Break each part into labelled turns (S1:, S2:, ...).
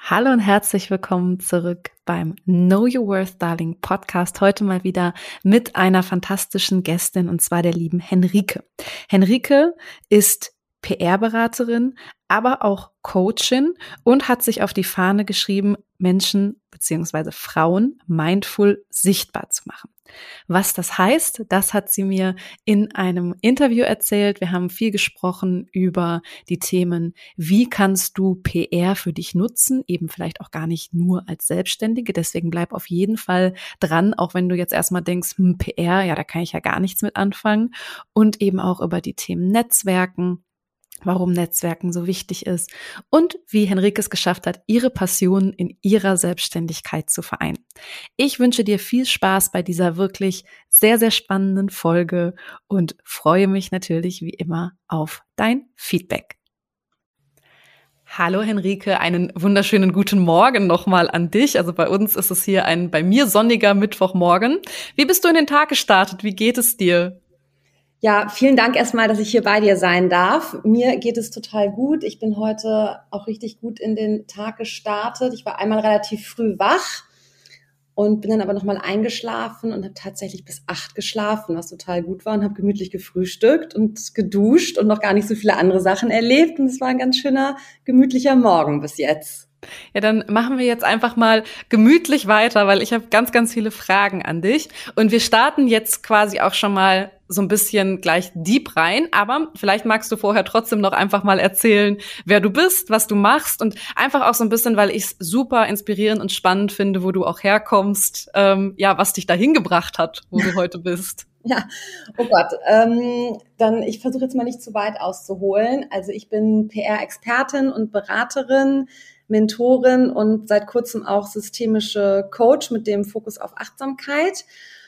S1: Hallo und herzlich willkommen zurück beim Know Your Worth, Darling Podcast. Heute mal wieder mit einer fantastischen Gästin und zwar der lieben Henrike. Henrike ist PR-Beraterin, aber auch Coachin und hat sich auf die Fahne geschrieben, Menschen bzw. Frauen mindful sichtbar zu machen. Was das heißt, das hat sie mir in einem Interview erzählt. Wir haben viel gesprochen über die Themen, wie kannst du PR für dich nutzen, eben vielleicht auch gar nicht nur als Selbstständige. Deswegen bleib auf jeden Fall dran, auch wenn du jetzt erstmal denkst, PR, ja, da kann ich ja gar nichts mit anfangen. Und eben auch über die Themen Netzwerken, warum Netzwerken so wichtig ist und wie Henrike es geschafft hat, ihre Passion in ihrer Selbstständigkeit zu vereinen. Ich wünsche dir viel Spaß bei dieser wirklich sehr, sehr spannenden Folge und freue mich natürlich wie immer auf dein Feedback. Hallo Henrike, einen wunderschönen guten Morgen nochmal an dich. Also bei uns ist es hier ein bei mir sonniger Mittwochmorgen. Wie bist du in den Tag gestartet? Wie geht es dir?
S2: Ja, vielen Dank erstmal, dass ich hier bei dir sein darf. Mir geht es total gut. Ich bin heute auch richtig gut in den Tag gestartet. Ich war einmal relativ früh wach und bin dann aber nochmal eingeschlafen und habe tatsächlich bis 8 geschlafen, was total gut war, und habe gemütlich gefrühstückt und geduscht und noch gar nicht so viele andere Sachen erlebt. Und es war ein ganz schöner, gemütlicher Morgen bis jetzt.
S1: Ja, dann machen wir jetzt einfach mal gemütlich weiter, weil ich habe ganz, ganz viele Fragen an dich. Und wir starten jetzt quasi auch schon mal so ein bisschen gleich deep rein. Aber vielleicht magst du vorher trotzdem noch einfach mal erzählen, wer du bist, was du machst und einfach auch so ein bisschen, weil ich es super inspirierend und spannend finde, wo du auch herkommst, ja, was dich dahin gebracht hat, wo du heute bist.
S2: Ja, oh Gott. Dann ich versuche jetzt mal nicht zu weit auszuholen. Also ich bin PR-Expertin und Beraterin, Mentorin und seit kurzem auch systemische Coach mit dem Fokus auf Achtsamkeit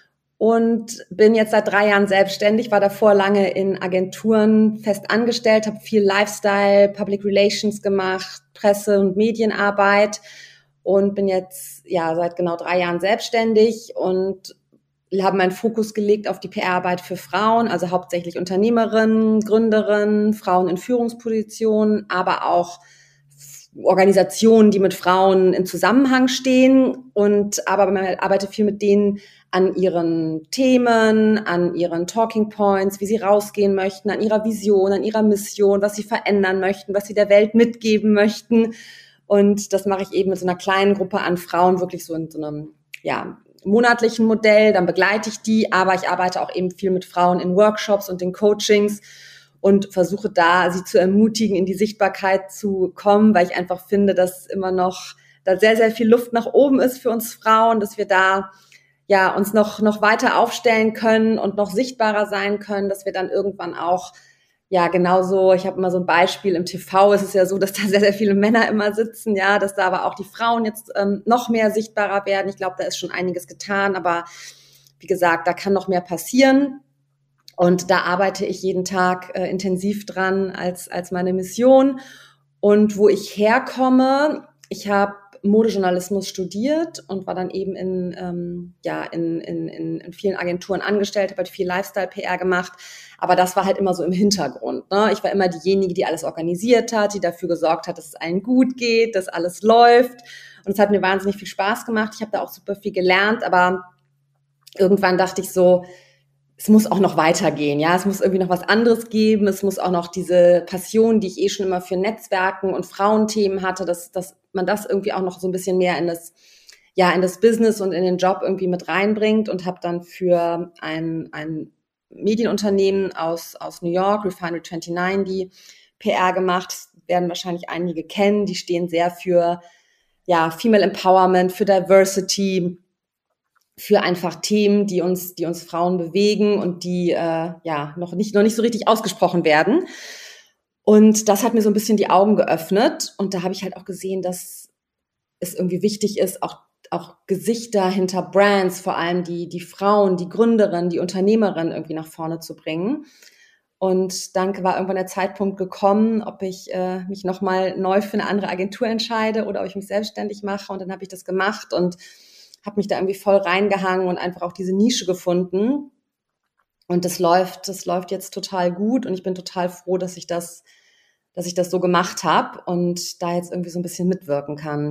S2: und bin jetzt seit 3 Jahren selbstständig, war davor lange in Agenturen fest angestellt, habe viel Lifestyle, Public Relations gemacht, Presse- und Medienarbeit und bin jetzt ja seit genau 3 Jahren selbstständig und habe meinen Fokus gelegt auf die PR-Arbeit für Frauen, also hauptsächlich Unternehmerinnen, Gründerinnen, Frauen in Führungspositionen, aber auch Organisationen, die mit Frauen in Zusammenhang stehen, und aber man arbeitet viel mit denen an ihren Themen, an ihren Talking Points, wie sie rausgehen möchten, an ihrer Vision, an ihrer Mission, was sie verändern möchten, was sie der Welt mitgeben möchten. Und das mache ich eben mit so einer kleinen Gruppe an Frauen, wirklich so in so einem, ja, monatlichen Modell. Dann begleite ich die, aber ich arbeite auch eben viel mit Frauen in Workshops und in Coachings und versuche da, sie zu ermutigen, in die Sichtbarkeit zu kommen, weil ich einfach finde, dass immer noch da sehr, sehr viel Luft nach oben ist für uns Frauen, dass wir da ja uns noch weiter aufstellen können und noch sichtbarer sein können, dass wir dann irgendwann auch, ja, genauso, ich habe immer so ein Beispiel, im TV ist es ja so, dass da sehr, sehr viele Männer immer sitzen, ja, dass da aber auch die Frauen jetzt noch mehr sichtbarer werden. Ich glaube, da ist schon einiges getan, aber wie gesagt, da kann noch mehr passieren. Und da arbeite ich jeden Tag intensiv dran als meine Mission. Und wo ich herkomme, ich habe Modejournalismus studiert und war dann eben in vielen Agenturen angestellt, habe halt viel Lifestyle-PR gemacht. Aber das war halt immer so im Hintergrund, ne? Ich war immer diejenige, die alles organisiert hat, die dafür gesorgt hat, dass es allen gut geht, dass alles läuft. Und es hat mir wahnsinnig viel Spaß gemacht. Ich habe da auch super viel gelernt, aber irgendwann dachte ich so, es muss auch noch weitergehen, ja, es muss irgendwie noch was anderes geben, es muss auch noch diese Passion, die ich schon immer für Netzwerken und Frauenthemen hatte, dass man das irgendwie auch noch so ein bisschen mehr in das Business und in den Job irgendwie mit reinbringt, und habe dann für ein Medienunternehmen aus New York, Refinery29, die PR gemacht. Das werden wahrscheinlich einige kennen, die stehen sehr für Female Empowerment, für Diversity, für einfach Themen, die uns Frauen bewegen und die noch nicht so richtig ausgesprochen werden. Und das hat mir so ein bisschen die Augen geöffnet, und da habe ich halt auch gesehen, dass es irgendwie wichtig ist, auch Gesichter hinter Brands, vor allem die Frauen, die Gründerinnen, die Unternehmerinnen irgendwie nach vorne zu bringen. Und dann war irgendwann der Zeitpunkt gekommen, ob ich mich nochmal neu für eine andere Agentur entscheide oder ob ich mich selbstständig mache. Und dann habe ich das gemacht und habe mich da irgendwie voll reingehangen und einfach auch diese Nische gefunden. Und das läuft jetzt total gut, und ich bin total froh, dass ich das so gemacht habe und da jetzt irgendwie so ein bisschen mitwirken kann.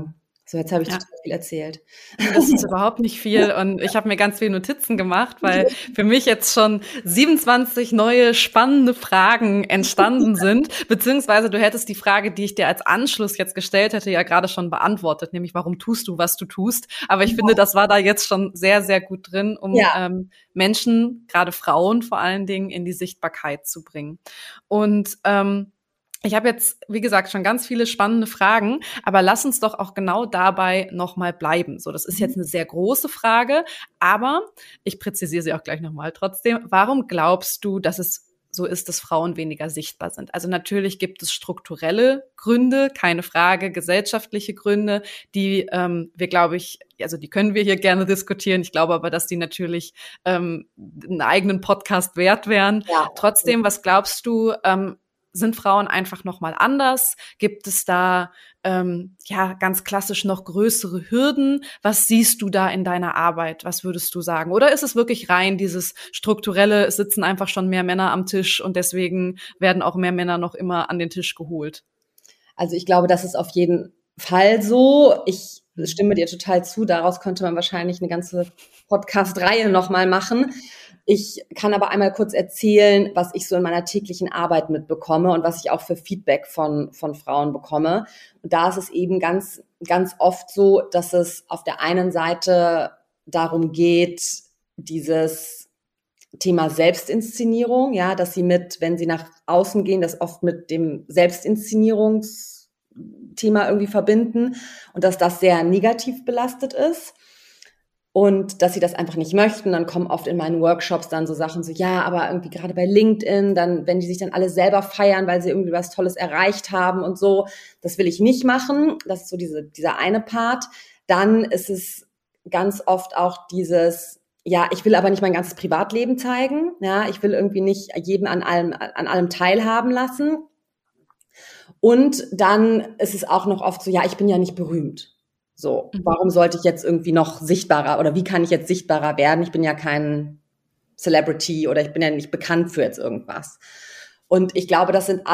S2: So, jetzt habe ich total viel erzählt.
S1: Das ist überhaupt nicht viel und ich habe mir ganz viele Notizen gemacht, weil für mich jetzt schon 27 neue spannende Fragen entstanden sind, beziehungsweise du hättest die Frage, die ich dir als Anschluss jetzt gestellt hätte, ja gerade schon beantwortet, nämlich warum tust du, was du tust. Aber ich finde, das war da jetzt schon sehr, sehr gut drin, um Menschen, gerade Frauen vor allen Dingen, in die Sichtbarkeit zu bringen. Und ich habe jetzt, wie gesagt, schon ganz viele spannende Fragen, aber lass uns doch auch genau dabei nochmal bleiben. So, das ist jetzt eine sehr große Frage, aber ich präzisiere sie auch gleich nochmal trotzdem. Warum glaubst du, dass es so ist, dass Frauen weniger sichtbar sind? Also natürlich gibt es strukturelle Gründe, keine Frage, gesellschaftliche Gründe, die wir, glaube ich, also die können wir hier gerne diskutieren. Ich glaube aber, dass die natürlich einen eigenen Podcast wert wären.
S2: Ja.
S1: Trotzdem, was glaubst du, sind Frauen einfach noch mal anders? Gibt es da ganz klassisch noch größere Hürden? Was siehst du da in deiner Arbeit? Was würdest du sagen? Oder ist es wirklich rein dieses strukturelle, es sitzen einfach schon mehr Männer am Tisch und deswegen werden auch mehr Männer noch immer an den Tisch geholt?
S2: Also ich glaube, das ist auf jeden Fall so. Ich stimme dir total zu. Daraus könnte man wahrscheinlich eine ganze Podcast-Reihe noch mal machen. Ich kann aber einmal kurz erzählen, was ich so in meiner täglichen Arbeit mitbekomme und was ich auch für Feedback von Frauen bekomme. Und da ist es eben ganz, ganz oft so, dass es auf der einen Seite darum geht, dieses Thema Selbstinszenierung, ja, dass sie wenn sie nach außen gehen, das oft mit dem Selbstinszenierungsthema irgendwie verbinden und dass das sehr negativ belastet ist. Und dass sie das einfach nicht möchten, dann kommen oft in meinen Workshops dann so Sachen so, ja, aber irgendwie gerade bei LinkedIn, dann, wenn die sich dann alle selber feiern, weil sie irgendwie was Tolles erreicht haben und so, das will ich nicht machen. Das ist so dieser eine Part. Dann ist es ganz oft auch dieses, ja, ich will aber nicht mein ganzes Privatleben zeigen. Ja, ich will irgendwie nicht jeden an allem teilhaben lassen. Und dann ist es auch noch oft so, ja, ich bin ja nicht berühmt. So, warum sollte ich jetzt irgendwie noch sichtbarer oder wie kann ich jetzt sichtbarer werden? Ich bin ja kein Celebrity oder ich bin ja nicht bekannt für jetzt irgendwas. Und ich glaube, das sind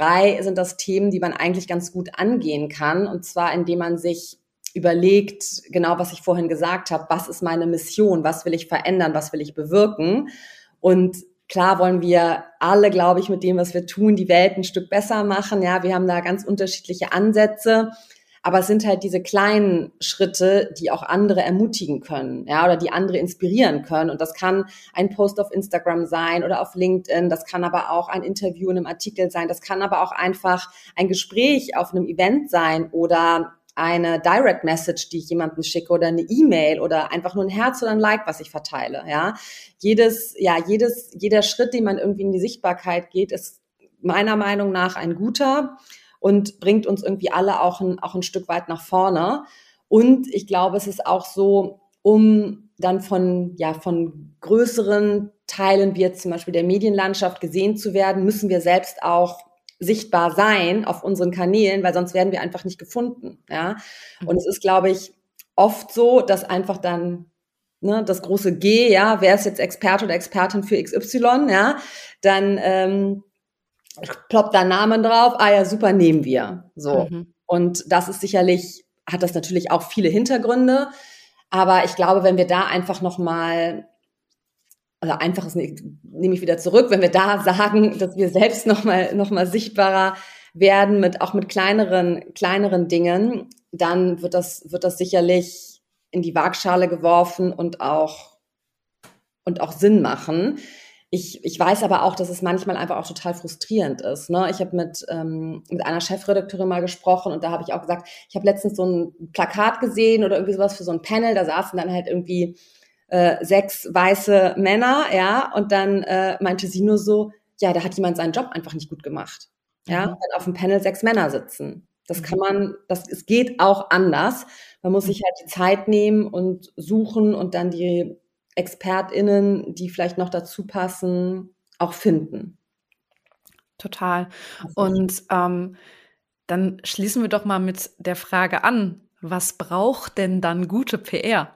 S2: das Themen, die man eigentlich ganz gut angehen kann. Und zwar, indem man sich überlegt, genau was ich vorhin gesagt habe, was ist meine Mission? Was will ich verändern? Was will ich bewirken? Und klar wollen wir alle, glaube ich, mit dem, was wir tun, die Welt ein Stück besser machen. Ja, wir haben da ganz unterschiedliche Ansätze. Aber es sind halt diese kleinen Schritte, die auch andere ermutigen können, ja, oder die andere inspirieren können. Und das kann ein Post auf Instagram sein oder auf LinkedIn. Das kann aber auch ein Interview in einem Artikel sein. Das kann aber auch einfach ein Gespräch auf einem Event sein oder eine Direct Message, die ich jemandem schicke oder eine E-Mail oder einfach nur ein Herz oder ein Like, was ich verteile, ja. Jeder Schritt, den man irgendwie in die Sichtbarkeit geht, ist meiner Meinung nach ein guter und bringt uns irgendwie alle auch ein Stück weit nach vorne. Und ich glaube, es ist auch so, um dann von größeren Teilen, wie jetzt zum Beispiel der Medienlandschaft, gesehen zu werden, müssen wir selbst auch sichtbar sein auf unseren Kanälen, weil sonst werden wir einfach nicht gefunden. Ja? Und es ist, glaube ich, oft so, dass einfach dann das große G, ja, wer ist jetzt Experte oder Expertin für XY, ja, dann ploppt da Namen drauf, ja, super, nehmen wir. So. Und das ist hat das natürlich auch viele Hintergründe. Aber ich glaube, wenn wir da einfach nochmal, also einfaches nehme ich wieder zurück, wenn wir da sagen, dass wir selbst noch mal sichtbarer werden, auch mit kleineren Dingen, dann wird das sicherlich in die Waagschale geworfen und auch Sinn machen. Ich weiß aber auch, dass es manchmal einfach auch total frustrierend ist. Ne? Ich habe mit einer Chefredakteurin mal gesprochen und da habe ich auch gesagt, ich habe letztens so ein Plakat gesehen oder irgendwie sowas für so ein Panel, da saßen dann halt irgendwie 6 weiße Männer, ja, und dann meinte sie nur so, ja, da hat jemand seinen Job einfach nicht gut gemacht. Ja, und dann auf dem Panel 6 Männer sitzen. Es geht auch anders. Man muss sich halt die Zeit nehmen und suchen und dann die ExpertInnen, die vielleicht noch dazu passen, auch finden.
S1: Total. Und dann schließen wir doch mal mit der Frage an, was braucht denn dann gute PR?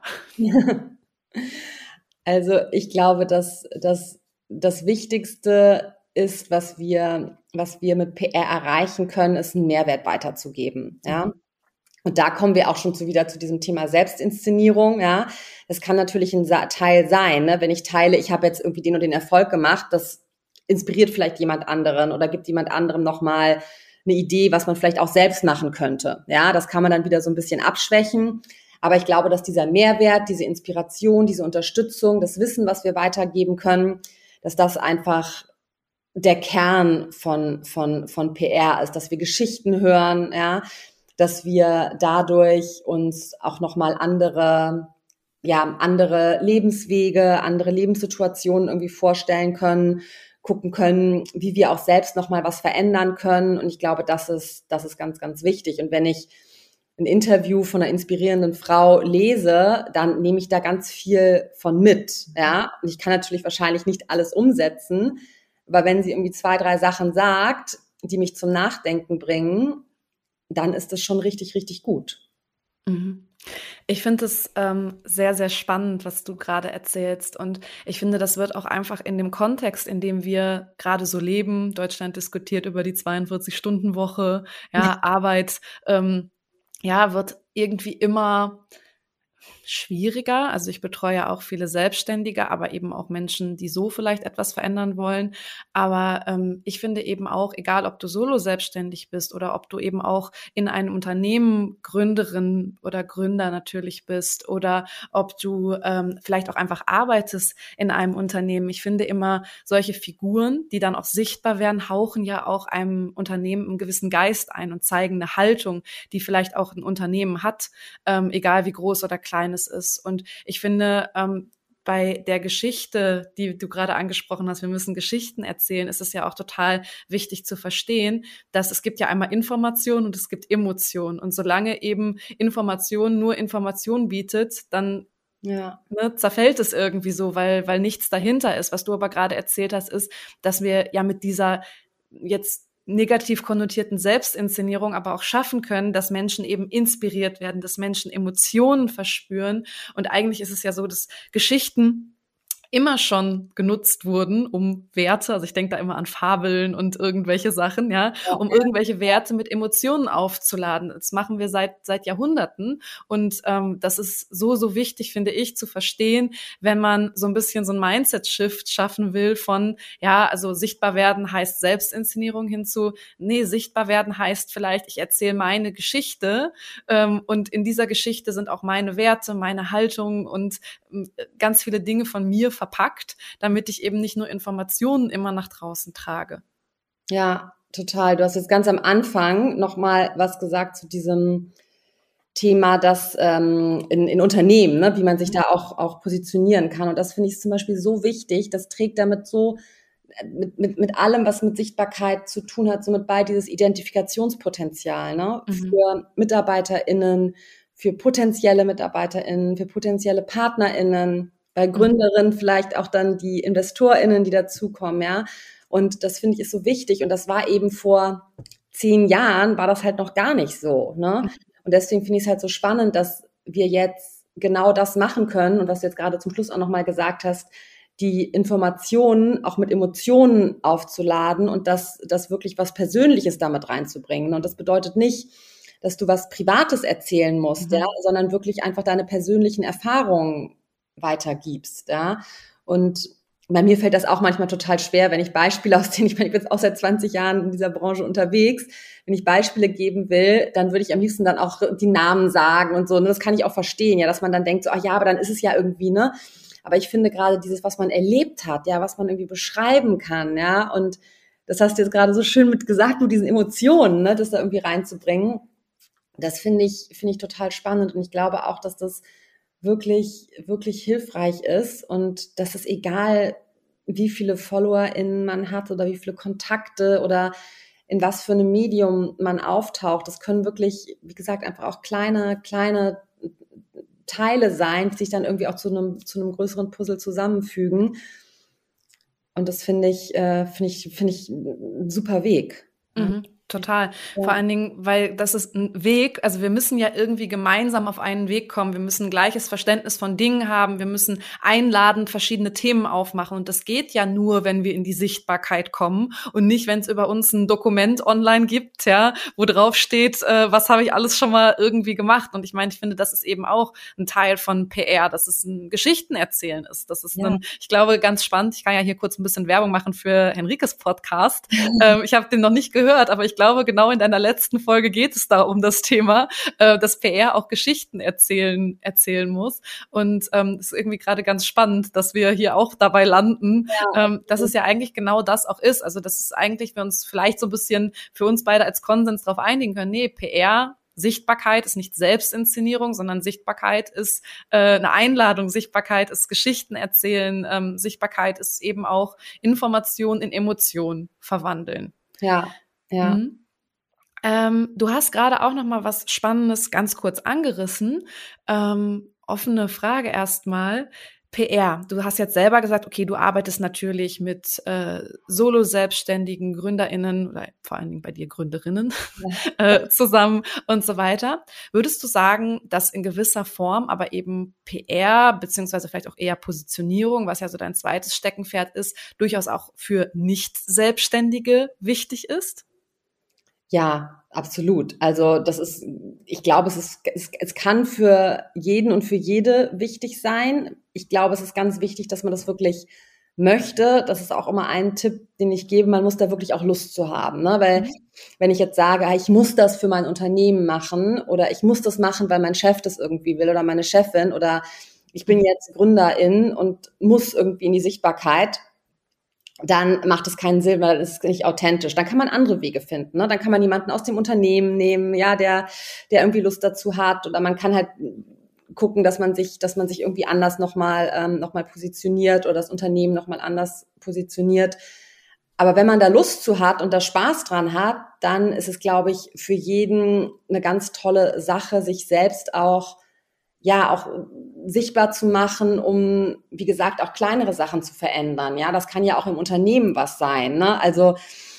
S2: Also ich glaube, dass das Wichtigste ist, was wir mit PR erreichen können, ist einen Mehrwert weiterzugeben. Ja? Und da kommen wir auch schon wieder zu diesem Thema Selbstinszenierung, ja. Das kann natürlich ein Teil sein, ne? Wenn ich teile, ich habe jetzt irgendwie den und den Erfolg gemacht, das inspiriert vielleicht jemand anderen oder gibt jemand anderem nochmal eine Idee, was man vielleicht auch selbst machen könnte. Ja, das kann man dann wieder so ein bisschen abschwächen. Aber ich glaube, dass dieser Mehrwert, diese Inspiration, diese Unterstützung, das Wissen, was wir weitergeben können, dass das einfach der Kern von PR ist, dass wir Geschichten hören, ja, dass wir dadurch uns auch nochmal andere Lebenswege, andere Lebenssituationen irgendwie vorstellen können, gucken können, wie wir auch selbst nochmal was verändern können. Und ich glaube, das ist ganz, ganz wichtig. Und wenn ich ein Interview von einer inspirierenden Frau lese, dann nehme ich da ganz viel von mit, ja. Und ich kann natürlich wahrscheinlich nicht alles umsetzen, aber wenn sie irgendwie 2, 3 Sachen sagt, die mich zum Nachdenken bringen, dann ist das schon richtig, richtig gut.
S1: Mhm. Ich finde es sehr, sehr spannend, was du gerade erzählst. Und ich finde, das wird auch einfach in dem Kontext, in dem wir gerade so leben, Deutschland diskutiert über die 42-Stunden-Woche, ja, Arbeit, wird irgendwie immer schwieriger. Also ich betreue auch viele Selbstständige, aber eben auch Menschen, die so vielleicht etwas verändern wollen. Aber ich finde eben auch, egal ob du solo selbstständig bist oder ob du eben auch in einem Unternehmen Gründerin oder Gründer natürlich bist oder ob du vielleicht auch einfach arbeitest in einem Unternehmen. Ich finde immer solche Figuren, die dann auch sichtbar werden, hauchen ja auch einem Unternehmen einen gewissen Geist ein und zeigen eine Haltung, die vielleicht auch ein Unternehmen hat, egal wie groß oder klein es ist. Und ich finde, bei der Geschichte, die du gerade angesprochen hast, wir müssen Geschichten erzählen, ist es ja auch total wichtig zu verstehen, dass es gibt ja einmal Information und es gibt Emotion. Und solange eben Information nur Information bietet, dann zerfällt es irgendwie so, weil nichts dahinter ist. Was du aber gerade erzählt hast, ist, dass wir ja mit dieser jetzt negativ konnotierten Selbstinszenierung aber auch schaffen können, dass Menschen eben inspiriert werden, dass Menschen Emotionen verspüren. Und eigentlich ist es ja so, dass Geschichten immer schon genutzt wurden, um Werte, also ich denke da immer an Fabeln und irgendwelche Sachen, ja, um irgendwelche Werte mit Emotionen aufzuladen. Das machen wir seit Jahrhunderten und das ist so wichtig, finde ich, zu verstehen, wenn man so ein bisschen so ein Mindset-Shift schaffen will von, ja, also sichtbar werden heißt Selbstinszenierung hinzu, nee, sichtbar werden heißt vielleicht, ich erzähle meine Geschichte und in dieser Geschichte sind auch meine Werte, meine Haltung und ganz viele Dinge von mir verpackt, damit ich eben nicht nur Informationen immer nach draußen trage.
S2: Ja, total. Du hast jetzt ganz am Anfang nochmal was gesagt zu diesem Thema, das in Unternehmen, ne, wie man sich da auch positionieren kann. Und das finde ich zum Beispiel so wichtig. Das trägt damit so mit allem, was mit Sichtbarkeit zu tun hat, so mit bei dieses Identifikationspotenzial, ne, für MitarbeiterInnen, für potenzielle MitarbeiterInnen, für potenzielle PartnerInnen, bei Gründerinnen vielleicht auch dann die InvestorInnen, die dazukommen, ja. Und das finde ich ist so wichtig. Und das war eben vor 10 Jahren, war das halt noch gar nicht so, ne. Und deswegen finde ich es halt so spannend, dass wir jetzt genau das machen können. Und was du jetzt gerade zum Schluss auch nochmal gesagt hast, die Informationen auch mit Emotionen aufzuladen und das wirklich was Persönliches damit reinzubringen. Und das bedeutet nicht, dass du was Privates erzählen musst, ja, sondern wirklich einfach deine persönlichen Erfahrungen weitergibst, ja. Und bei mir fällt das auch manchmal total schwer, wenn ich Beispiele aus denen, ich bin jetzt auch seit 20 Jahren in dieser Branche unterwegs, wenn ich Beispiele geben will, dann würde ich am liebsten dann auch die Namen sagen und so. Und das kann ich auch verstehen, ja, dass man dann denkt, so, ach ja, aber dann ist es ja irgendwie, ne. Aber ich finde gerade dieses, was man erlebt hat, ja, was man irgendwie beschreiben kann, ja, und das hast du jetzt gerade so schön mit gesagt, mit diesen Emotionen, ne, das da irgendwie reinzubringen, das finde ich total spannend und ich glaube auch, dass das wirklich, wirklich hilfreich ist und dass es egal, wie viele FollowerInnen man hat oder wie viele Kontakte oder in was für einem Medium man auftaucht, das können wirklich, wie gesagt, einfach auch kleine Teile sein, die sich dann irgendwie auch zu einem größeren Puzzle zusammenfügen. Und das finde ich ein super Weg.
S1: Mhm. Total. Vor allen Dingen, weil das ist ein Weg, also wir müssen ja irgendwie gemeinsam auf einen Weg kommen. Wir müssen ein gleiches Verständnis von Dingen haben. Wir müssen einladend verschiedene Themen aufmachen. Und das geht ja nur, wenn wir in die Sichtbarkeit kommen und nicht, wenn es über uns ein Dokument online gibt, ja, wo drauf steht, was habe ich alles schon mal irgendwie gemacht. Und ich meine, ich finde, das ist eben auch ein Teil von PR, dass es ein Geschichtenerzählen ist. Das ist ich glaube, ganz spannend. Ich kann ja hier kurz ein bisschen Werbung machen für Henrikes Podcast. Ich habe den noch nicht gehört, aber ich glaube, genau in deiner letzten Folge geht es da um das Thema, dass PR auch Geschichten erzählen muss. Und ist irgendwie gerade ganz spannend, dass wir hier auch dabei landen, dass es ja eigentlich genau das auch ist. Also dass es eigentlich wir uns vielleicht so ein bisschen für uns beide als Konsens darauf einigen können, nee, PR Sichtbarkeit ist nicht Selbstinszenierung, sondern Sichtbarkeit ist eine Einladung, Sichtbarkeit ist Geschichten erzählen, Sichtbarkeit ist eben auch Information in Emotionen verwandeln.
S2: Ja.
S1: Mhm. Du hast gerade auch noch mal was Spannendes ganz kurz angerissen. Offene Frage erstmal. PR. Du hast jetzt selber gesagt, okay, du arbeitest natürlich mit Solo-Selbstständigen, GründerInnen oder vor allen Dingen bei dir Gründerinnen zusammen und so weiter. Würdest du sagen, dass in gewisser Form aber eben PR beziehungsweise vielleicht auch eher Positionierung, was ja so dein zweites Steckenpferd ist, durchaus auch für Nicht-Selbstständige wichtig ist?
S2: Ja, absolut. Also das ist, ich glaube, es kann für jeden und für jede wichtig sein. Ich glaube, es ist ganz wichtig, dass man das wirklich möchte. Das ist auch immer ein Tipp, den ich gebe. Man muss da wirklich auch Lust zu haben, ne? Weil wenn ich jetzt sage, ich muss das für mein Unternehmen machen oder ich muss das machen, weil mein Chef das irgendwie will oder meine Chefin oder ich bin jetzt Gründerin und muss irgendwie in die Sichtbarkeit, dann macht es keinen Sinn, weil das ist nicht authentisch. Dann kann man andere Wege finden, ne? Dann kann man jemanden aus dem Unternehmen nehmen, ja, der irgendwie Lust dazu hat, oder man kann halt gucken, dass man sich irgendwie anders nochmal positioniert oder das Unternehmen nochmal anders positioniert. Aber wenn man da Lust zu hat und da Spaß dran hat, dann ist es, glaube ich, für jeden eine ganz tolle Sache, sich selbst auch sichtbar zu machen, um, wie gesagt, auch kleinere Sachen zu verändern. Ja, das kann ja auch im Unternehmen was sein, ne? Also,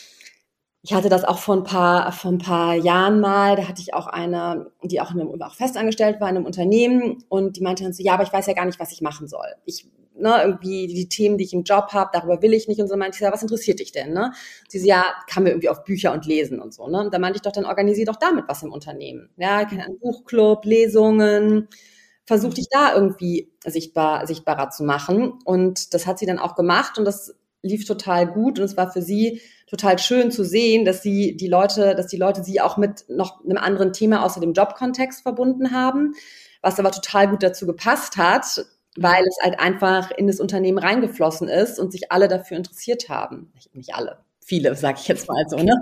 S2: ich hatte das auch vor ein paar Jahren mal, da hatte ich auch eine, die auch festangestellt war in einem Unternehmen, und die meinte dann so, ja, aber ich weiß ja gar nicht, was ich machen soll. Irgendwie die Themen, die ich im Job habe, darüber will ich nicht, und so. Meinte ich, ja, was interessiert dich denn, ne? Sie so, ja, kann mir irgendwie auf Bücher und lesen und so, ne? Und da meinte ich doch, dann organisier doch damit was im Unternehmen. Ja, kein Buchclub, Lesungen, versuch dich da irgendwie sichtbarer zu machen. Und das hat sie dann auch gemacht, und das lief total gut, und es war für sie total schön zu sehen, dass die Leute sie auch mit noch einem anderen Thema außer dem Jobkontext verbunden haben, was aber total gut dazu gepasst hat, weil es halt einfach in das Unternehmen reingeflossen ist und sich alle dafür interessiert haben. Nicht alle, viele, sage ich jetzt mal so, ne?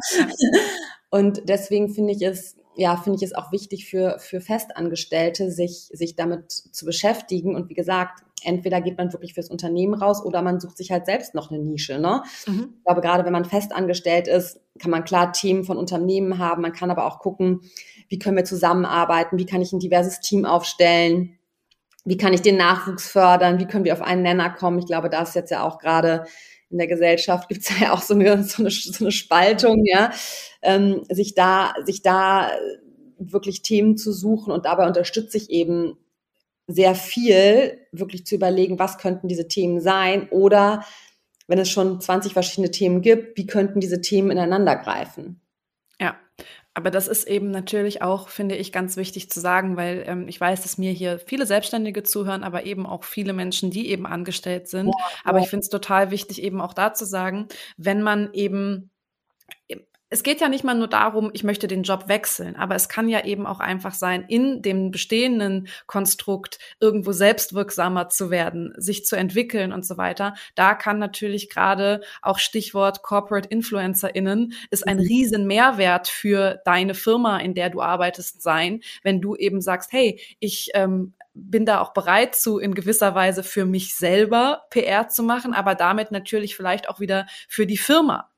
S2: Und deswegen finde ich es auch wichtig für Festangestellte, sich damit zu beschäftigen. Und wie gesagt, entweder geht man wirklich fürs Unternehmen raus oder man sucht sich halt selbst noch eine Nische, ne? Ich glaube, gerade wenn man festangestellt ist, kann man klar Themen von Unternehmen haben. Man kann aber auch gucken, wie können wir zusammenarbeiten? Wie kann ich ein diverses Team aufstellen? Wie kann ich den Nachwuchs fördern? Wie können wir auf einen Nenner kommen? Ich glaube, da ist jetzt ja auch gerade in der Gesellschaft gibt's ja auch so eine Spaltung, ja, sich da wirklich Themen zu suchen, und dabei unterstütze ich eben sehr viel, wirklich zu überlegen, was könnten diese Themen sein, oder wenn es schon 20 verschiedene Themen gibt, wie könnten diese Themen ineinander greifen?
S1: Ja. Aber das ist eben natürlich auch, finde ich, ganz wichtig zu sagen, weil ich weiß, dass mir hier viele Selbstständige zuhören, aber eben auch viele Menschen, die eben angestellt sind. Ja, aber ich finde es total wichtig, eben auch da zu sagen, wenn man eben, es geht ja nicht mal nur darum, ich möchte den Job wechseln, aber es kann ja eben auch einfach sein, in dem bestehenden Konstrukt irgendwo selbstwirksamer zu werden, sich zu entwickeln und so weiter. Da kann natürlich gerade auch Stichwort Corporate InfluencerInnen ist ein riesen Mehrwert für deine Firma, in der du arbeitest, sein, wenn du eben sagst, hey, ich bin da auch bereit zu, in gewisser Weise für mich selber PR zu machen, aber damit natürlich vielleicht auch wieder für die Firma.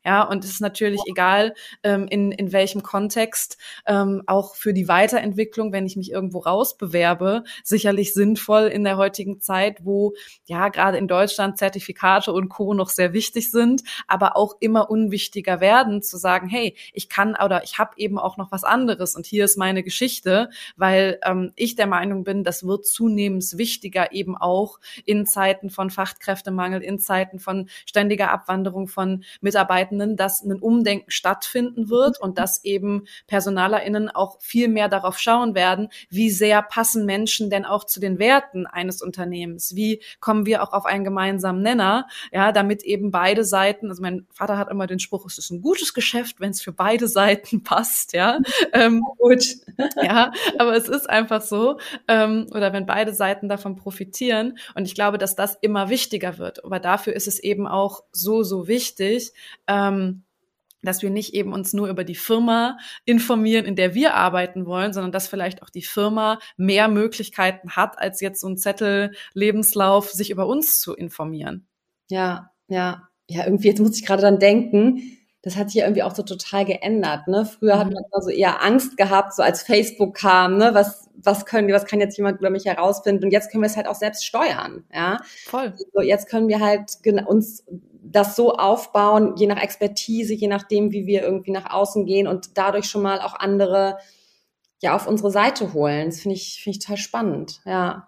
S1: Ja, und es ist natürlich egal, in welchem Kontext, auch für die Weiterentwicklung, wenn ich mich irgendwo rausbewerbe, sicherlich sinnvoll in der heutigen Zeit, wo ja gerade in Deutschland Zertifikate und Co. noch sehr wichtig sind, aber auch immer unwichtiger werden, zu sagen, hey, ich kann oder ich habe eben auch noch was anderes und hier ist meine Geschichte, weil ich der Meinung bin, das wird zunehmend wichtiger eben auch in Zeiten von Fachkräftemangel, in Zeiten von ständiger Abwanderung von Mitarbeitenden, dass ein Umdenken stattfinden wird und dass eben PersonalerInnen auch viel mehr darauf schauen werden, wie sehr passen Menschen denn auch zu den Werten eines Unternehmens? Wie kommen wir auch auf einen gemeinsamen Nenner? Ja, damit eben beide Seiten, also mein Vater hat immer den Spruch, es ist ein gutes Geschäft, wenn es für beide Seiten passt, ja.
S2: Gut.
S1: Ja, aber es ist einfach so, oder wenn beide Seiten davon profitieren. Und ich glaube, dass das immer wichtiger wird. Aber dafür ist es eben auch so wichtig, dass wir nicht eben uns nur über die Firma informieren, in der wir arbeiten wollen, sondern dass vielleicht auch die Firma mehr Möglichkeiten hat, als jetzt so ein Zettel Lebenslauf, sich über uns zu informieren.
S2: Ja, ja. Ja, irgendwie, jetzt muss ich gerade dann denken, das hat sich ja irgendwie auch so total geändert, ne? Früher hat man immer so eher Angst gehabt, so als Facebook kam, ne? Was kann jetzt jemand über mich herausfinden? Und jetzt können wir es halt auch selbst steuern, ja?
S1: Voll.
S2: So, jetzt können wir halt uns das so aufbauen, je nach Expertise, je nachdem, wie wir irgendwie nach außen gehen und dadurch schon mal auch andere, ja, auf unsere Seite holen. Das finde ich total spannend, ja.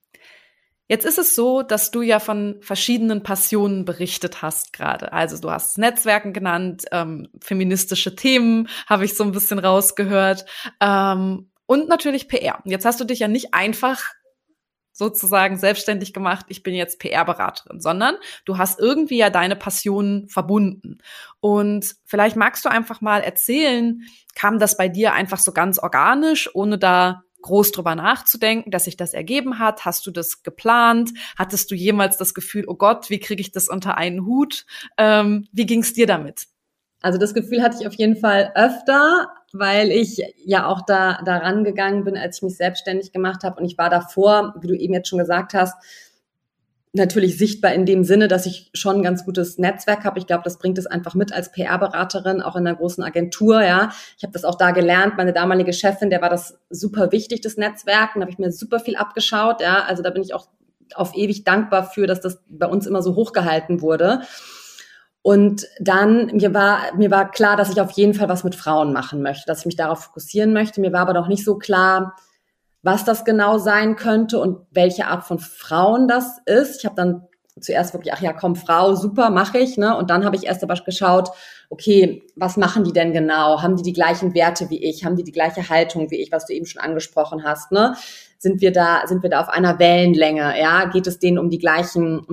S1: Jetzt ist es so, dass du ja von verschiedenen Passionen berichtet hast gerade. Also du hast Netzwerken genannt, feministische Themen habe ich so ein bisschen rausgehört, und natürlich PR. Jetzt hast du dich ja nicht einfach sozusagen selbstständig gemacht, ich bin jetzt PR-Beraterin, sondern du hast irgendwie ja deine Passionen verbunden. Und vielleicht magst du einfach mal erzählen, kam das bei dir einfach so ganz organisch, ohne da groß drüber nachzudenken, dass sich das ergeben hat? Hast du das geplant? Hattest du jemals das Gefühl, oh Gott, wie kriege ich das unter einen Hut? Wie ging es dir damit?
S2: Also das Gefühl hatte ich auf jeden Fall öfter, weil ich ja auch daran gegangen bin, als ich mich selbstständig gemacht habe. Und ich war davor, wie du eben jetzt schon gesagt hast, natürlich sichtbar in dem Sinne, dass ich schon ein ganz gutes Netzwerk habe. Ich glaube, das bringt es einfach mit als PR-Beraterin, auch in einer großen Agentur, ja. Ich habe das auch da gelernt. Meine damalige Chefin, der war das super wichtig, das Netzwerk. Da habe ich mir super viel abgeschaut, ja. Also da bin ich auch auf ewig dankbar für, dass das bei uns immer so hochgehalten wurde. Und dann, mir war klar, dass ich auf jeden Fall was mit Frauen machen möchte, dass ich mich darauf fokussieren möchte. Mir war aber noch nicht so klar, was das genau sein könnte und welche Art von Frauen das ist. Ich habe dann zuerst wirklich, ach ja, komm, Frau, super, mache ich, ne? Und dann habe ich erst aber geschaut, okay, was machen die denn genau? Haben die gleichen Werte wie ich? Haben die gleiche Haltung wie ich, was du eben schon angesprochen hast, ne? Sind wir da auf einer Wellenlänge? Ja, geht es denen um die gleichen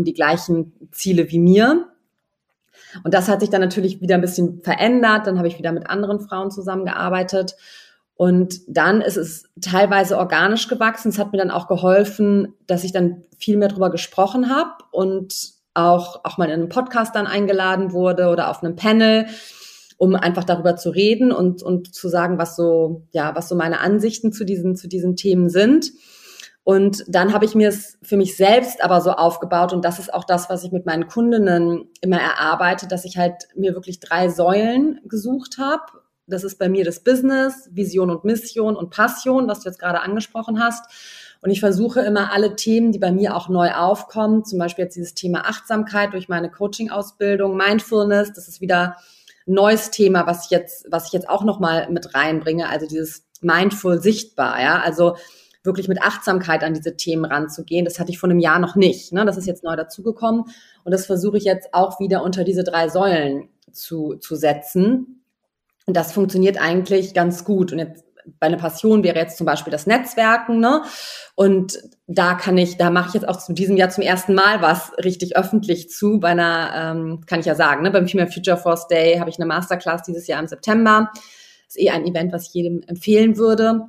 S2: Ziele wie mir? Und das hat sich dann natürlich wieder ein bisschen verändert. Dann habe ich wieder mit anderen Frauen zusammengearbeitet. Und dann ist es teilweise organisch gewachsen. Es hat mir dann auch geholfen, dass ich dann viel mehr drüber gesprochen habe und auch mal in einem Podcast dann eingeladen wurde oder auf einem Panel, um einfach darüber zu reden und zu sagen, was so meine Ansichten zu diesen Themen sind. Und dann habe ich mir es für mich selbst aber so aufgebaut, und das ist auch das, was ich mit meinen Kundinnen immer erarbeite, dass ich halt mir wirklich 3 Säulen gesucht habe. Das ist bei mir das Business, Vision und Mission und Passion, was du jetzt gerade angesprochen hast. Und ich versuche immer alle Themen, die bei mir auch neu aufkommen, zum Beispiel jetzt dieses Thema Achtsamkeit durch meine Coaching-Ausbildung, Mindfulness, das ist wieder ein neues Thema, was ich jetzt auch nochmal mit reinbringe, also dieses Mindful sichtbar, ja, also wirklich mit Achtsamkeit an diese Themen ranzugehen. Das hatte ich vor einem Jahr noch nicht, ne? Das ist jetzt neu dazugekommen. Und das versuche ich jetzt auch wieder unter diese 3 Säulen zu setzen. Und das funktioniert eigentlich ganz gut. Und jetzt meine Passion wäre jetzt zum Beispiel das Netzwerken, ne? Und da mache ich jetzt auch zu diesem Jahr zum ersten Mal was richtig öffentlich zu, bei einer, kann ich ja sagen, ne? Beim Female Future Force Day habe ich eine Masterclass dieses Jahr im September. Das ist ein Event, was ich jedem empfehlen würde.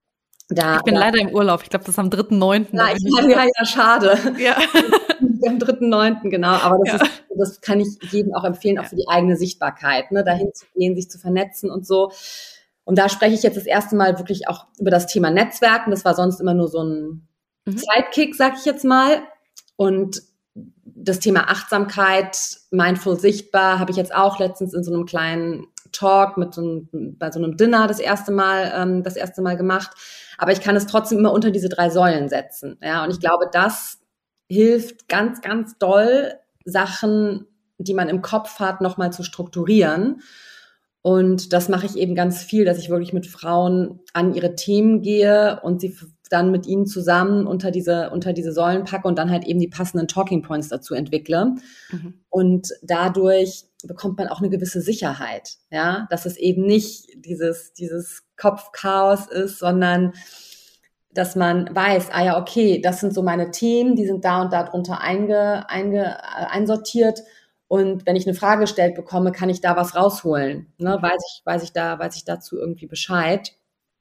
S1: Ich bin leider im Urlaub. Ich glaube, das ist am 3.9.
S2: Ja, schade.
S1: Ja.
S2: Am 3.9., genau. Aber das kann ich jedem auch empfehlen, auch für die eigene Sichtbarkeit, ne, dahin zu gehen, sich zu vernetzen und so. Und da spreche ich jetzt das erste Mal wirklich auch über das Thema Netzwerken. Das war sonst immer nur so ein Sidekick, sag ich jetzt mal. Und das Thema Achtsamkeit, Mindful Sichtbar, habe ich jetzt auch letztens in so einem kleinen Talk bei so einem Dinner das erste Mal gemacht. Aber ich kann es trotzdem immer unter diese 3 Säulen setzen. Ja, und ich glaube, das hilft ganz, ganz doll, Sachen, die man im Kopf hat, nochmal zu strukturieren. Und das mache ich eben ganz viel, dass ich wirklich mit Frauen an ihre Themen gehe und sie dann mit ihnen zusammen unter diese Säulen packe und dann halt eben die passenden Talking Points dazu entwickle. Mhm. Und dadurch bekommt man auch eine gewisse Sicherheit, ja, dass es eben nicht dieses Kopfchaos ist, sondern dass man weiß, ah ja, okay, das sind so meine Themen, die sind da und da drunter einsortiert. Und wenn ich eine Frage gestellt bekomme, kann ich da was rausholen. Ne? Weiß ich dazu irgendwie Bescheid.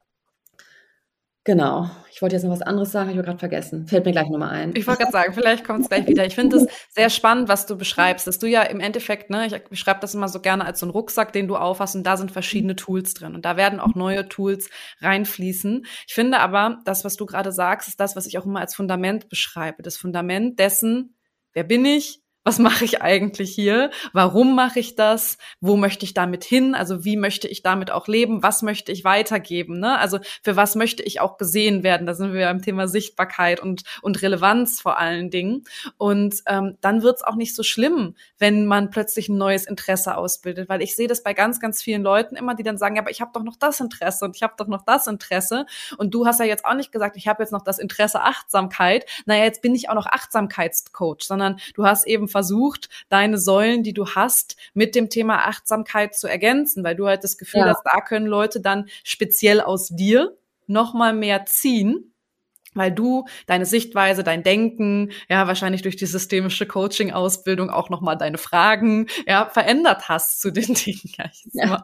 S2: Genau. Ich wollte jetzt noch was anderes sagen, habe ich gerade vergessen. Fällt mir gleich nochmal ein.
S1: Ich wollte gerade sagen, vielleicht kommt es gleich wieder. Ich finde es sehr spannend, was du beschreibst, dass du ja im Endeffekt, ne, ich beschreibe das immer so gerne als so einen Rucksack, den du aufhast und da sind verschiedene Tools drin und da werden auch neue Tools reinfließen. Ich finde aber, das, was du gerade sagst, ist das, was ich auch immer als Fundament beschreibe. Das Fundament dessen, wer bin ich? Was mache ich eigentlich hier? Warum mache ich das? Wo möchte ich damit hin? Also wie möchte ich damit auch leben? Was möchte ich weitergeben? Ne? Also für was möchte ich auch gesehen werden? Da sind wir beim Thema Sichtbarkeit und Relevanz vor allen Dingen. Und dann wird's auch nicht so schlimm, wenn man plötzlich ein neues Interesse ausbildet. Weil ich sehe das bei ganz, ganz vielen Leuten immer, die dann sagen, ja, aber ich habe doch noch das Interesse und ich habe doch noch das Interesse. Und du hast ja jetzt auch nicht gesagt, ich habe jetzt noch das Interesse Achtsamkeit. Naja, jetzt bin ich auch noch Achtsamkeitscoach, sondern du hast eben versucht, deine Säulen, die du hast, mit dem Thema Achtsamkeit zu ergänzen, weil du halt das Gefühl hast, da können Leute dann speziell aus dir noch mal mehr ziehen, weil du deine Sichtweise, dein Denken, ja, wahrscheinlich durch die systemische Coaching-Ausbildung auch noch mal deine Fragen, ja, verändert hast zu den Dingen.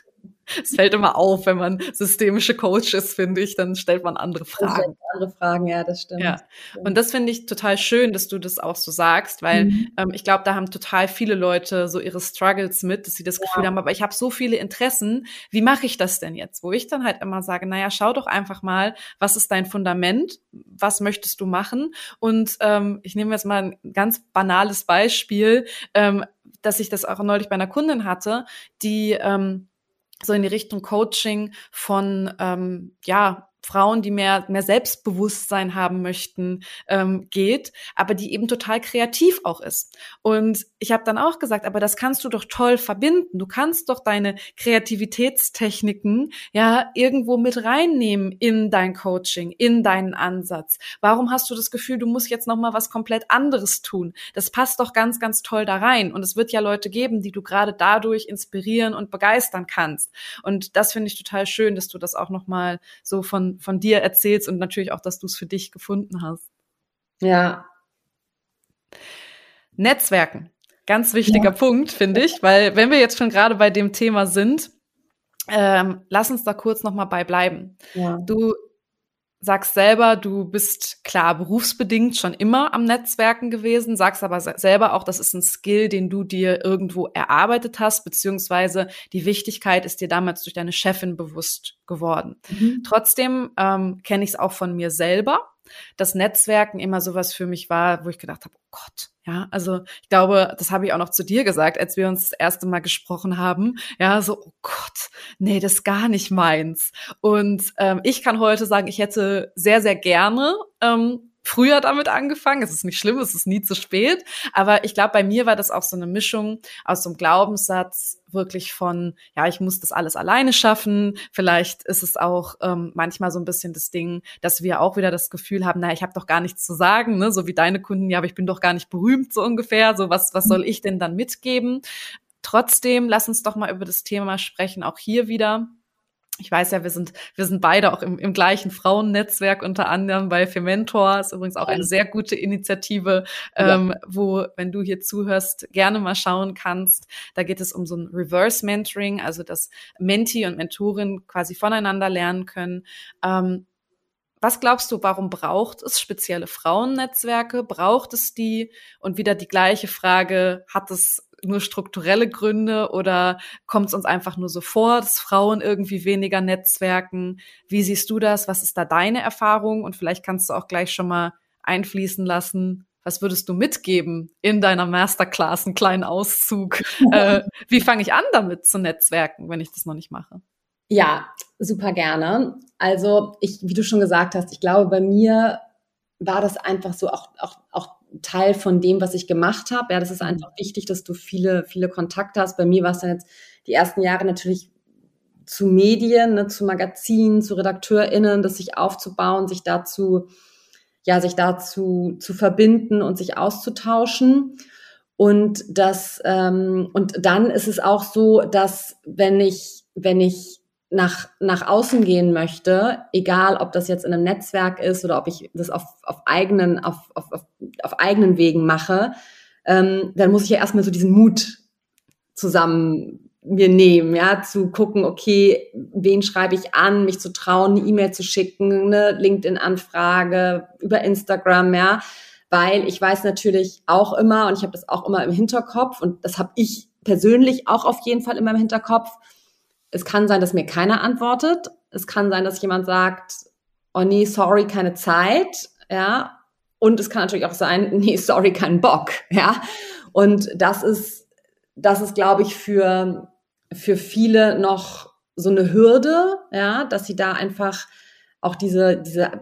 S1: Es fällt immer auf, wenn man systemische Coach ist, finde ich, dann stellt man andere Fragen.
S2: Ja, das stimmt.
S1: Ja. Und das finde ich total schön, dass du das auch so sagst, weil ich glaube, da haben total viele Leute so ihre Struggles mit, dass sie das Gefühl haben, aber ich habe so viele Interessen, wie mache ich das denn jetzt? Wo ich dann halt immer sage, naja, schau doch einfach mal, was ist dein Fundament? Was möchtest du machen? Und ich nehme jetzt mal ein ganz banales Beispiel, dass ich das auch neulich bei einer Kundin hatte, die so in die Richtung Coaching von Frauen, die mehr Selbstbewusstsein haben möchten, geht, aber die eben total kreativ auch ist. Und ich habe dann auch gesagt, aber das kannst du doch toll verbinden. Du kannst doch deine Kreativitätstechniken ja irgendwo mit reinnehmen in dein Coaching, in deinen Ansatz. Warum hast du das Gefühl, du musst jetzt noch mal was komplett anderes tun? Das passt doch ganz, ganz toll da rein. Und es wird ja Leute geben, die du gerade dadurch inspirieren und begeistern kannst. Und das finde ich total schön, dass du das auch noch mal so von dir erzählst und natürlich auch, dass du es für dich gefunden hast.
S2: Ja.
S1: Netzwerken. Ganz wichtiger Punkt, finde ich, weil wenn wir jetzt schon gerade bei dem Thema sind, lass uns da kurz noch mal bei bleiben. Ja. Du sagst selber, du bist klar berufsbedingt schon immer am Netzwerken gewesen, sagst aber selber auch, das ist ein Skill, den du dir irgendwo erarbeitet hast, beziehungsweise die Wichtigkeit ist dir damals durch deine Chefin bewusst geworden. Trotzdem kenne ich es auch von mir selber, dass Netzwerken immer sowas für mich war, wo ich gedacht habe, oh Gott, ja, also ich glaube, das habe ich auch noch zu dir gesagt, als wir uns das erste Mal gesprochen haben, ja, so, oh Gott, nee, das ist gar nicht meins. Und ich kann heute sagen, ich hätte sehr, sehr gerne früher damit angefangen. Es ist nicht schlimm, es ist nie zu spät. Aber ich glaube, bei mir war das auch so eine Mischung aus so einem Glaubenssatz wirklich von, ja, ich muss das alles alleine schaffen. Vielleicht ist es auch manchmal so ein bisschen das Ding, dass wir auch wieder das Gefühl haben, na, ich habe doch gar nichts zu sagen, ne? So wie deine Kunden, ja, aber ich bin doch gar nicht berühmt, so ungefähr. So was soll ich denn dann mitgeben? Trotzdem, lass uns doch mal über das Thema sprechen, auch hier wieder. Ich weiß ja, wir sind beide auch im gleichen Frauennetzwerk, unter anderem bei Fementor. Ist übrigens auch eine sehr gute Initiative, wo, wenn du hier zuhörst, gerne mal schauen kannst. Da geht es um so ein Reverse Mentoring, also dass Mentee und Mentorin quasi voneinander lernen können. Was glaubst du, warum braucht es spezielle Frauennetzwerke? Braucht es die? Und wieder die gleiche Frage, hat es nur strukturelle Gründe oder kommt es uns einfach nur so vor, dass Frauen irgendwie weniger netzwerken? Wie siehst du das? Was ist da deine Erfahrung? Und vielleicht kannst du auch gleich schon mal einfließen lassen, was würdest du mitgeben in deiner Masterclass, einen kleinen Auszug? Wie fange ich an, damit zu netzwerken, wenn ich das noch nicht mache?
S2: Ja, super gerne. Also wie du schon gesagt hast, ich glaube, bei mir war das einfach so auch Teil von dem, was ich gemacht habe. Ja, das ist einfach wichtig, dass du viele Kontakte hast. Bei mir war es dann jetzt die ersten Jahre natürlich zu Medien, ne, zu Magazinen, zu RedakteurInnen, das sich aufzubauen, sich dazu zu verbinden und sich auszutauschen. Und dann ist es auch so, dass wenn ich nach außen gehen möchte, egal ob das jetzt in einem Netzwerk ist oder ob ich das auf eigenen Wegen mache, dann muss ich ja erstmal so diesen Mut zusammen mir nehmen, ja, zu gucken, okay, wen schreibe ich an, mich zu trauen, eine E-Mail zu schicken, eine LinkedIn-Anfrage über Instagram, ja, weil ich weiß natürlich auch immer, und ich habe das auch immer im Hinterkopf, und das habe ich persönlich auch auf jeden Fall immer im Hinterkopf, es kann sein, dass mir keiner antwortet. Es kann sein, dass jemand sagt, oh nee, sorry, keine Zeit, ja. Und es kann natürlich auch sein, nee, sorry, kein Bock, ja. Und das ist, glaube ich, für viele noch so eine Hürde, ja, dass sie da einfach auch dieser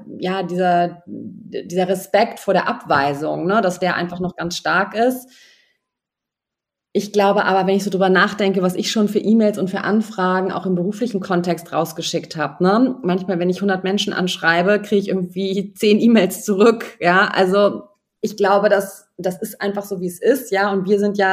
S2: Respekt vor der Abweisung, ne, dass der einfach noch ganz stark ist. Ich glaube aber, wenn ich so drüber nachdenke, was ich schon für E-Mails und für Anfragen auch im beruflichen Kontext rausgeschickt habe, ne? Manchmal, wenn ich 100 Menschen anschreibe, kriege ich irgendwie 10 E-Mails zurück, ja? Also ich glaube, das ist einfach so, wie es ist, ja? Und wir stecken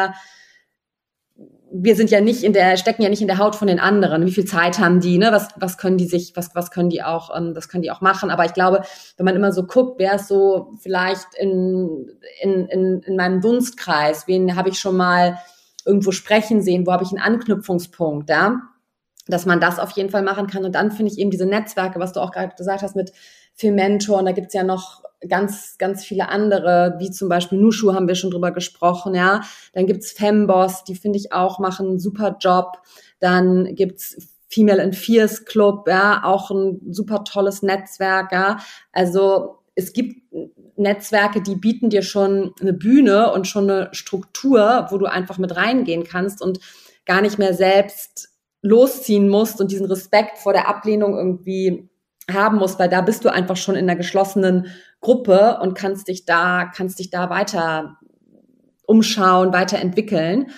S2: ja nicht in der Haut von den anderen. Wie viel Zeit haben die, ne? Was können die auch machen? Aber ich glaube, wenn man immer so guckt, wer ist so vielleicht in meinem Dunstkreis, wen habe ich schon mal irgendwo sprechen sehen, wo habe ich einen Anknüpfungspunkt, ja? Dass man das auf jeden Fall machen kann. Und dann finde ich eben diese Netzwerke, was du auch gerade gesagt hast mit Fementor, und da gibt's ja noch ganz, ganz viele andere, wie zum Beispiel Nushu, haben wir schon drüber gesprochen, ja. Dann gibt's Femboss, die finde ich auch machen einen super Job. Dann gibt's Female in Fierce Club, ja, auch ein super tolles Netzwerk, ja. Also es gibt Netzwerke, die bieten dir schon eine Bühne und schon eine Struktur, wo du einfach mit reingehen kannst und gar nicht mehr selbst losziehen musst und diesen Respekt vor der Ablehnung irgendwie haben musst, weil da bist du einfach schon in einer geschlossenen Gruppe und kannst dich da weiter umschauen, weiterentwickeln.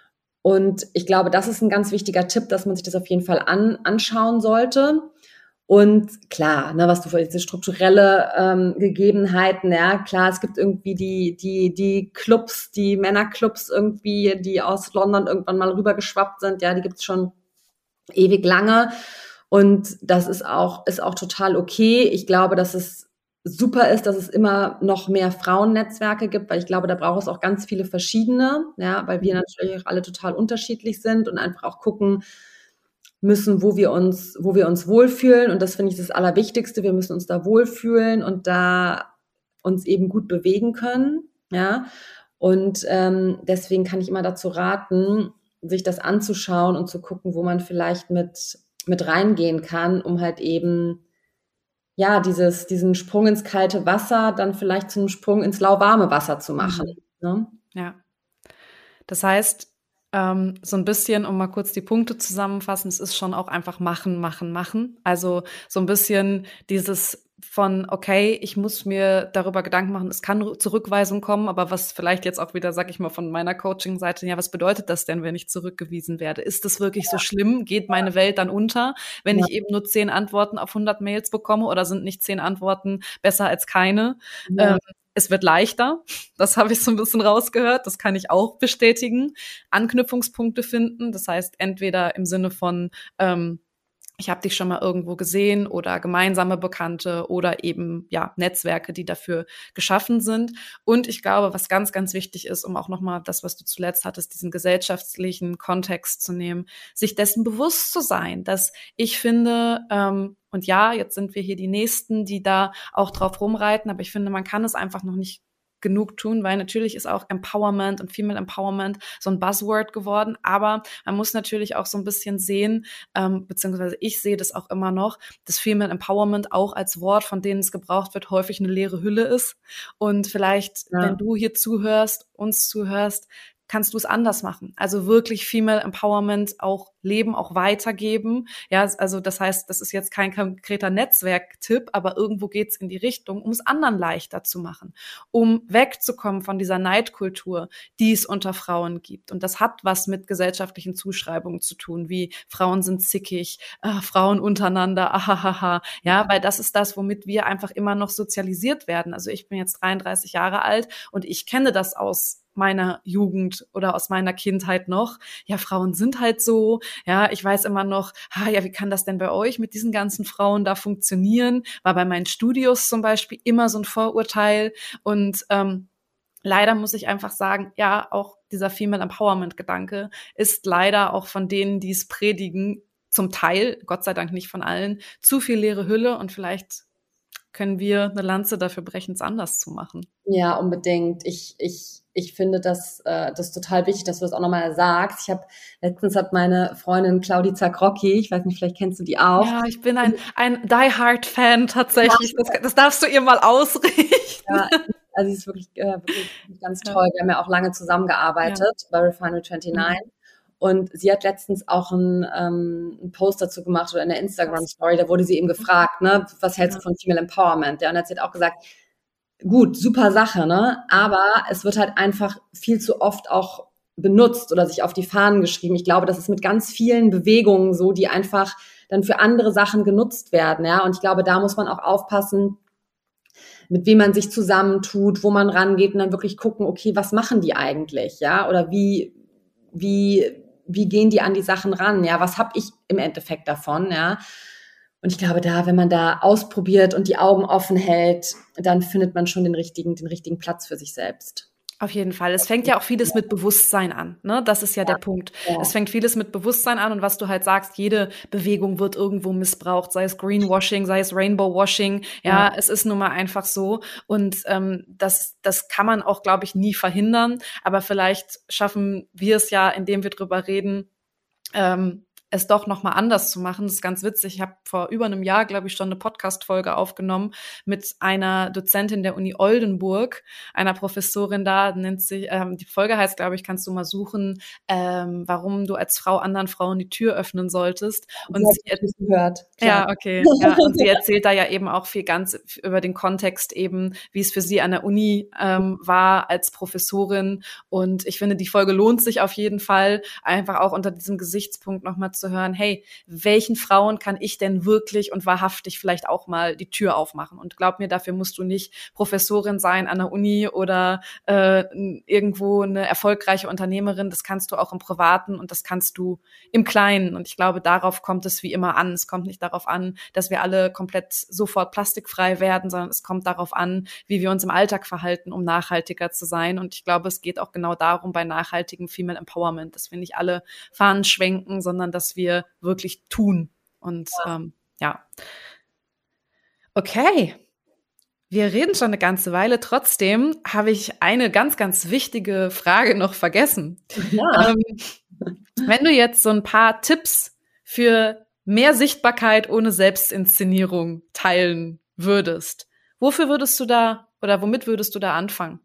S2: Und ich glaube, das ist ein ganz wichtiger Tipp, dass man sich das auf jeden Fall anschauen sollte. Und klar, ne, was du für diese strukturelle Gegebenheiten, ja, klar, es gibt irgendwie die Clubs, die Männerclubs irgendwie, die aus London irgendwann mal rübergeschwappt sind, ja, die gibt's schon ewig lange. Und das ist auch total okay. Ich glaube, dass es super ist, dass es immer noch mehr Frauennetzwerke gibt, weil ich glaube, da braucht es auch ganz viele verschiedene, ja, weil wir natürlich auch alle total unterschiedlich sind und einfach auch gucken müssen, wo wir uns wohlfühlen. Und das finde ich das Allerwichtigste. Wir müssen uns da wohlfühlen und da uns eben gut bewegen können, ja. Und deswegen kann ich immer dazu raten, sich das anzuschauen und zu gucken, wo man vielleicht mit reingehen kann, um halt eben, ja, diesen Sprung ins kalte Wasser dann vielleicht zu einem Sprung ins lauwarme Wasser zu machen. Ne?
S1: Ja. Das heißt, so ein bisschen, um mal kurz die Punkte zusammenfassen, es ist schon auch einfach machen, machen, machen. Also so ein bisschen dieses von, okay, ich muss mir darüber Gedanken machen, es kann Zurückweisung kommen, aber was vielleicht jetzt auch wieder, sag ich mal, von meiner Coaching-Seite, ja, was bedeutet das denn, wenn ich zurückgewiesen werde? Ist das wirklich so schlimm? Geht meine Welt dann unter, wenn ich eben nur 10 Antworten auf 100 Mails bekomme, oder sind nicht 10 Antworten besser als keine?
S2: Ja.
S1: Es wird leichter, das habe ich so ein bisschen rausgehört, das kann ich auch bestätigen. Anknüpfungspunkte finden, das heißt entweder im Sinne von, ich habe dich schon mal irgendwo gesehen oder gemeinsame Bekannte oder eben ja Netzwerke, die dafür geschaffen sind. Und ich glaube, was ganz, ganz wichtig ist, um auch nochmal das, was du zuletzt hattest, diesen gesellschaftlichen Kontext zu nehmen, sich dessen bewusst zu sein, dass ich finde, und ja, jetzt sind wir hier die Nächsten, die da auch drauf rumreiten, aber ich finde, man kann es einfach noch nicht genug tun, weil natürlich ist auch Empowerment und Female Empowerment so ein Buzzword geworden, aber man muss natürlich auch so ein bisschen sehen, beziehungsweise ich sehe das auch immer noch, dass Female Empowerment auch als Wort, von denen es gebraucht wird, häufig eine leere Hülle ist. Und vielleicht, wenn du hier zuhörst, uns zuhörst, kannst du es anders machen. Also wirklich Female Empowerment auch leben, auch weitergeben. Ja, also das heißt, das ist jetzt kein konkreter Netzwerktipp, aber irgendwo geht's in die Richtung, um es anderen leichter zu machen, um wegzukommen von dieser Neidkultur, die es unter Frauen gibt. Und das hat was mit gesellschaftlichen Zuschreibungen zu tun, wie Frauen sind zickig, Frauen untereinander, ahahaha. Ja, weil das ist das, womit wir einfach immer noch sozialisiert werden. Also ich bin jetzt 33 Jahre alt und ich kenne das aus meiner Jugend oder aus meiner Kindheit noch. Ja, Frauen sind halt so. Ja, ich weiß immer noch, ja, wie kann das denn bei euch mit diesen ganzen Frauen da funktionieren? War bei meinen Studios zum Beispiel immer so ein Vorurteil. Und leider muss ich einfach sagen, ja, auch dieser Female Empowerment-Gedanke ist leider auch von denen, die es predigen, zum Teil, Gott sei Dank nicht von allen, zu viel leere Hülle, und vielleicht können wir eine Lanze dafür brechen, es anders zu machen.
S2: Ja, unbedingt. Ich finde das total wichtig, dass du das auch nochmal sagst. Letztens hat meine Freundin Claudi Zakrocki, ich weiß nicht, vielleicht kennst du die auch.
S1: Ja, ich bin ein Die-Hard-Fan tatsächlich. Das darfst du ihr mal ausrichten.
S2: Ja, also sie ist wirklich ganz toll. Wir haben ja auch lange zusammengearbeitet bei Refinery29. Und sie hat letztens auch einen Post dazu gemacht oder in der Instagram-Story, da wurde sie eben gefragt, ne, was hältst du von Female Empowerment? Ja, und hat sie hat auch gesagt, gut, super Sache, ne, aber es wird halt einfach viel zu oft auch benutzt oder sich auf die Fahnen geschrieben. Ich glaube, das ist mit ganz vielen Bewegungen so, die einfach dann für andere Sachen genutzt werden, ja, und ich glaube, da muss man auch aufpassen, mit wem man sich zusammentut, wo man rangeht und dann wirklich gucken, okay, was machen die eigentlich, ja, oder wie gehen die an die Sachen ran, ja, was habe ich im Endeffekt davon, ja. Und ich glaube, wenn man da ausprobiert und die Augen offen hält, dann findet man schon den richtigen Platz für sich selbst.
S1: Auf jeden Fall. Es fängt ja auch vieles mit Bewusstsein an, ne? Das ist ja der Punkt. Ja. Es fängt vieles mit Bewusstsein an, und was du halt sagst, jede Bewegung wird irgendwo missbraucht, sei es Greenwashing, sei es Rainbowwashing. Ja, es ist nun mal einfach so. Und das kann man auch, glaube ich, nie verhindern. Aber vielleicht schaffen wir es ja, indem wir drüber reden, es doch nochmal anders zu machen. Das ist ganz witzig. Ich habe vor über einem Jahr, glaube ich, schon eine Podcast-Folge aufgenommen mit einer Dozentin der Uni Oldenburg, einer Professorin da, nennt sich, die Folge heißt, glaube ich, kannst du mal suchen, warum du als Frau anderen Frauen die Tür öffnen solltest. Und sie hat gehört. Ja, okay. Ja, und sie erzählt da ja eben auch viel ganz über den Kontext eben, wie es für sie an der Uni war als Professorin. Und ich finde, die Folge lohnt sich auf jeden Fall, einfach auch unter diesem Gesichtspunkt nochmal zu hören, hey, welchen Frauen kann ich denn wirklich und wahrhaftig vielleicht auch mal die Tür aufmachen? Und glaub mir, dafür musst du nicht Professorin sein an der Uni oder irgendwo eine erfolgreiche Unternehmerin. Das kannst du auch im Privaten und das kannst du im Kleinen. Und ich glaube, darauf kommt es wie immer an. Es kommt nicht darauf an, dass wir alle komplett sofort plastikfrei werden, sondern es kommt darauf an, wie wir uns im Alltag verhalten, um nachhaltiger zu sein. Und ich glaube, es geht auch genau darum bei nachhaltigem Female Empowerment, dass wir nicht alle Fahnen schwenken, sondern dass wir wirklich tun. Und ja. Okay. Wir reden schon eine ganze Weile. Trotzdem habe ich eine ganz, ganz wichtige Frage noch vergessen. Ja. Wenn du jetzt so ein paar Tipps für mehr Sichtbarkeit ohne Selbstinszenierung teilen würdest, wofür würdest du da oder womit würdest du da anfangen?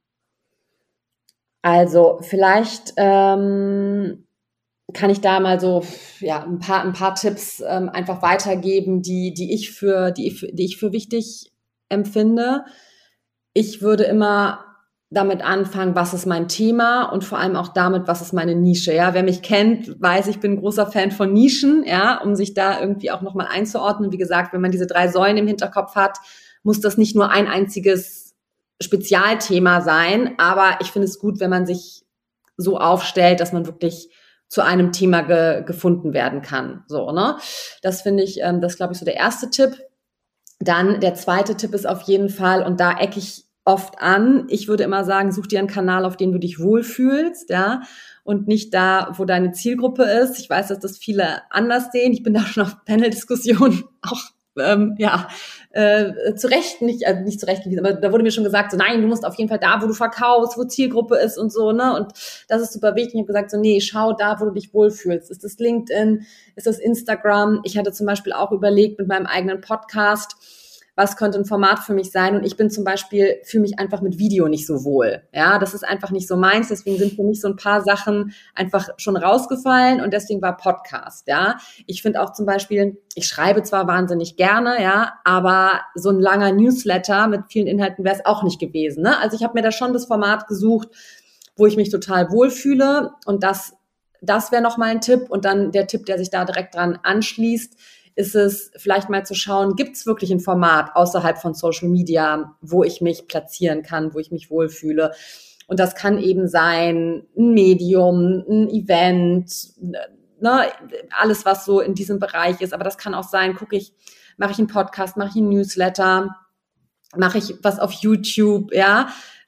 S2: Also vielleicht kann ich da mal so ein paar Tipps einfach weitergeben, die ich für wichtig empfinde. Ich würde immer damit anfangen, was ist mein Thema, und vor allem auch damit, was ist meine Nische. Ja, wer mich kennt, weiß, ich bin ein großer Fan von Nischen, ja, um sich da irgendwie auch nochmal einzuordnen. Wie gesagt, wenn man diese 3 Säulen im Hinterkopf hat, muss das nicht nur ein einziges Spezialthema sein, aber ich finde es gut, wenn man sich so aufstellt, dass man wirklich zu einem Thema gefunden werden kann. So, ne? Das finde ich, das glaube ich so der erste Tipp. Dann der zweite Tipp ist auf jeden Fall, und da ecke ich oft an, ich würde immer sagen, such dir einen Kanal, auf dem du dich wohlfühlst, ja, und nicht da, wo deine Zielgruppe ist. Ich weiß, dass das viele anders sehen. Ich bin da schon auf Panel-Diskussionen auch nicht zurechtgewiesen, aber da wurde mir schon gesagt, so nein, du musst auf jeden Fall da, wo du verkaufst, wo Zielgruppe ist und so, ne? Und das ist super wichtig. Ich habe gesagt, so nee, schau da, wo du dich wohlfühlst. Ist das LinkedIn? Ist das Instagram? Ich hatte zum Beispiel auch überlegt mit meinem eigenen Podcast, was könnte ein Format für mich sein? Und ich bin zum Beispiel, fühle mich einfach mit Video nicht so wohl. Ja, das ist einfach nicht so meins. Deswegen sind für mich so ein paar Sachen einfach schon rausgefallen und deswegen war Podcast. Ja, ich finde auch zum Beispiel, ich schreibe zwar wahnsinnig gerne, ja, aber so ein langer Newsletter mit vielen Inhalten wäre es auch nicht gewesen. Ne? Also ich habe mir da schon das Format gesucht, wo ich mich total wohlfühle und das wäre nochmal ein Tipp. Und dann der Tipp, der sich da direkt dran anschließt, ist es vielleicht mal zu schauen, gibt es wirklich ein Format außerhalb von Social Media, wo ich mich platzieren kann, wo ich mich wohlfühle. Und das kann eben sein ein Medium, ein Event, ne, alles, was so in diesem Bereich ist. Aber das kann auch sein, mache ich einen Podcast, mache ich einen Newsletter, mache ich was auf YouTube, ja,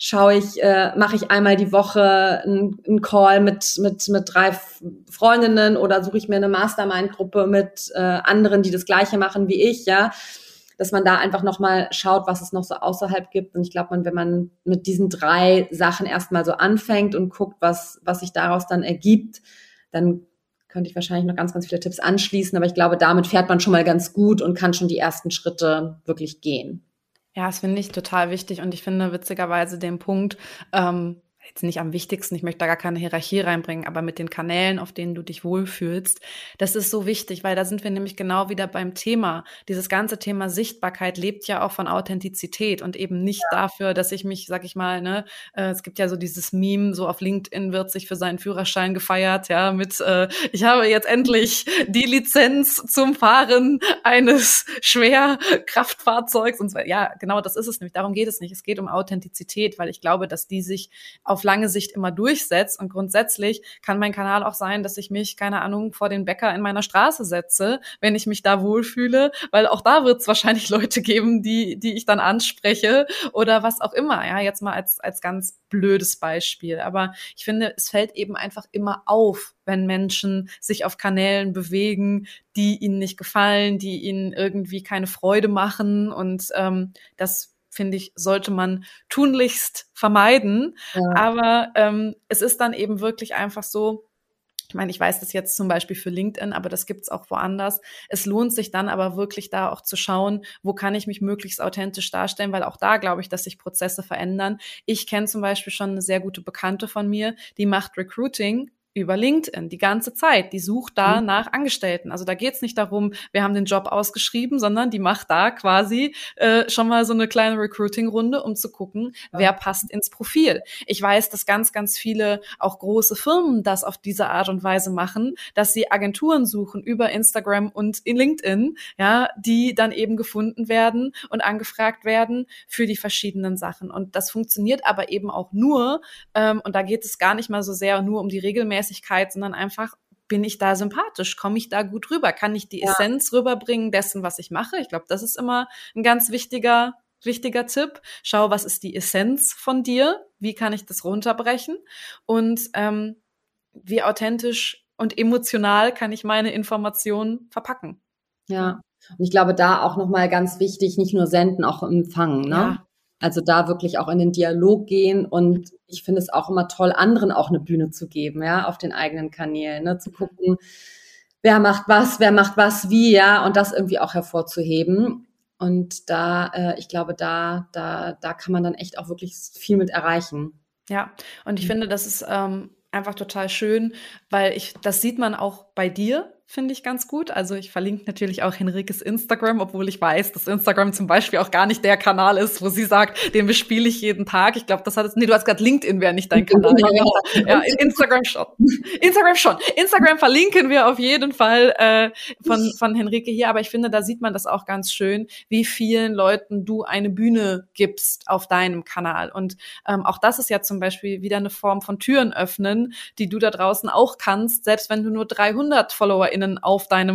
S2: mache ich einmal die Woche einen Call mit 3 Freundinnen oder suche ich mir eine Mastermind-Gruppe mit anderen, die das Gleiche machen wie ich, ja, dass man da einfach nochmal schaut, was es noch so außerhalb gibt. Und ich glaube, wenn man mit diesen 3 Sachen erstmal so anfängt und guckt, was sich daraus dann ergibt, dann könnte ich wahrscheinlich noch ganz, ganz viele Tipps anschließen. Aber ich glaube, damit fährt man schon mal ganz gut und kann schon die ersten Schritte wirklich gehen.
S1: Ja, das finde ich total wichtig und ich finde witzigerweise den Punkt, jetzt nicht am wichtigsten, ich möchte da gar keine Hierarchie reinbringen, aber mit den Kanälen, auf denen du dich wohlfühlst, das ist so wichtig, weil da sind wir nämlich genau wieder beim Thema. Dieses ganze Thema Sichtbarkeit lebt ja auch von Authentizität und eben nicht dafür, dass ich mich, sag ich mal, ne, es gibt ja so dieses Meme, so auf LinkedIn wird sich für seinen Führerschein gefeiert, ja, mit ich habe jetzt endlich die Lizenz zum Fahren eines Schwerkraftfahrzeugs und so. Ja, genau, das ist es nämlich. Darum geht es nicht. Es geht um Authentizität, weil ich glaube, dass die sich auf lange Sicht immer durchsetzt. Und grundsätzlich kann mein Kanal auch sein, dass ich mich, keine Ahnung, vor den Bäcker in meiner Straße setze, wenn ich mich da wohlfühle, weil auch da wird es wahrscheinlich Leute geben, die ich dann anspreche oder was auch immer. Ja, jetzt mal als ganz blödes Beispiel. Aber ich finde, es fällt eben einfach immer auf, wenn Menschen sich auf Kanälen bewegen, die ihnen nicht gefallen, die ihnen irgendwie keine Freude machen. Und das finde ich, sollte man tunlichst vermeiden.
S2: Ja.
S1: Aber es ist dann eben wirklich einfach so, ich meine, ich weiß das jetzt zum Beispiel für LinkedIn, aber das gibt's auch woanders. Es lohnt sich dann aber wirklich da auch zu schauen, wo kann ich mich möglichst authentisch darstellen, weil auch da glaube ich, dass sich Prozesse verändern. Ich kenne zum Beispiel schon eine sehr gute Bekannte von mir, die macht Recruiting über LinkedIn die ganze Zeit. Die sucht da nach Angestellten. Also da geht's nicht darum, wir haben den Job ausgeschrieben, sondern die macht da quasi schon mal so eine kleine Recruiting-Runde, um zu gucken, wer passt ins Profil. Ich weiß, dass ganz, ganz viele auch große Firmen das auf diese Art und Weise machen, dass sie Agenturen suchen über Instagram und in LinkedIn, ja, die dann eben gefunden werden und angefragt werden für die verschiedenen Sachen. Und das funktioniert aber eben auch nur, und da geht es gar nicht mal so sehr nur um die Regelmäßigkeit, sondern einfach, bin ich da sympathisch? Komme ich da gut rüber? Kann ich die Essenz rüberbringen dessen, was ich mache? Ich glaube, das ist immer ein ganz wichtiger Tipp. Schau, was ist die Essenz von dir? Wie kann ich das runterbrechen? Und wie authentisch und emotional kann ich meine Informationen verpacken?
S2: Ja, und ich glaube, da auch nochmal ganz wichtig, nicht nur senden, auch empfangen, ne?
S1: Ja.
S2: Also da wirklich auch in den Dialog gehen und ich finde es auch immer toll, anderen auch eine Bühne zu geben, ja, auf den eigenen Kanälen, ne, zu gucken, wer macht was wie, ja, und das irgendwie auch hervorzuheben. Und da, ich glaube, da kann man dann echt auch wirklich viel mit erreichen.
S1: Ja, und ich finde, das ist einfach total schön, weil das sieht man auch bei dir, finde ich ganz gut. Also ich verlinke natürlich auch Henrikes Instagram, obwohl ich weiß, dass Instagram zum Beispiel auch gar nicht der Kanal ist, wo sie sagt, den bespiele ich jeden Tag. Ich glaube, du hast gerade LinkedIn wäre nicht dein Kanal. Genau. Ja, Instagram schon. Instagram verlinken wir auf jeden Fall von Henrike hier. Aber ich finde, da sieht man das auch ganz schön, wie vielen Leuten du eine Bühne gibst auf deinem Kanal. Und auch das ist ja zum Beispiel wieder eine Form von Türen öffnen, die du da draußen auch kannst, selbst wenn du nur 300 FollowerInnen auf deinem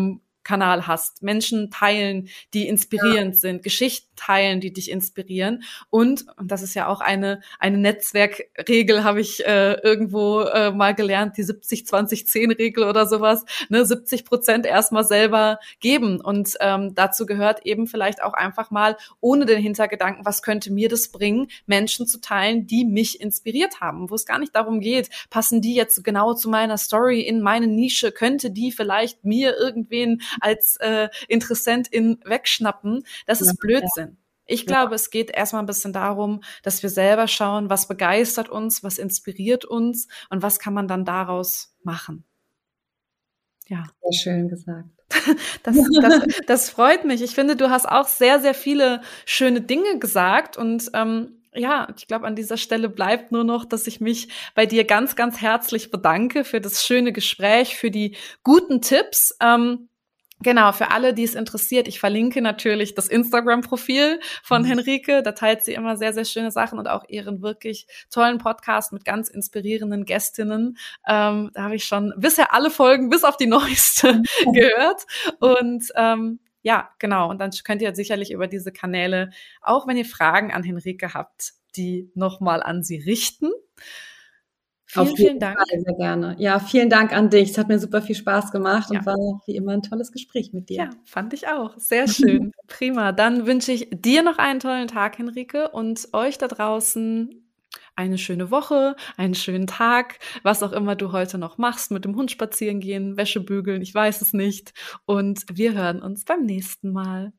S1: Kanal hast. Menschen teilen, die inspirierend sind, Geschichten teilen, die dich inspirieren. Und das ist ja auch eine Netzwerkregel, habe ich irgendwo mal gelernt, die 70-20-10-Regel oder sowas, ne, 70% erstmal selber geben. Und dazu gehört eben vielleicht auch einfach mal, ohne den Hintergedanken, was könnte mir das bringen, Menschen zu teilen, die mich inspiriert haben, wo es gar nicht darum geht, passen die jetzt genau zu meiner Story in meine Nische, könnte die vielleicht mir irgendwen als Interessentin wegschnappen. Das ist Blödsinn. Ich glaube, es geht erstmal ein bisschen darum, dass wir selber schauen, was begeistert uns, was inspiriert uns und was kann man dann daraus machen. Ja.
S2: Sehr schön gesagt.
S1: Das freut mich. Ich finde, du hast auch sehr, sehr viele schöne Dinge gesagt und ja, ich glaube, an dieser Stelle bleibt nur noch, dass ich mich bei dir ganz, ganz herzlich bedanke für das schöne Gespräch, für die guten Tipps. Genau, für alle, die es interessiert, ich verlinke natürlich das Instagram-Profil von Henrike. Da teilt sie immer sehr, sehr schöne Sachen und auch ihren wirklich tollen Podcast mit ganz inspirierenden Gästinnen. Da habe ich schon bisher alle Folgen bis auf die neueste gehört. Und ja, genau. Und dann könnt ihr sicherlich über diese Kanäle, auch wenn ihr Fragen an Henrike habt, die nochmal an sie richten. Vielen Dank.
S2: Sehr gerne. Ja, vielen Dank an dich. Es hat mir super viel Spaß gemacht und war wie immer ein tolles Gespräch mit dir.
S1: Ja, fand ich auch. Sehr schön. Prima. Dann wünsche ich dir noch einen tollen Tag, Henrike, und euch da draußen eine schöne Woche, einen schönen Tag, was auch immer du heute noch machst, mit dem Hund spazieren gehen, Wäsche bügeln, ich weiß es nicht. Und wir hören uns beim nächsten Mal.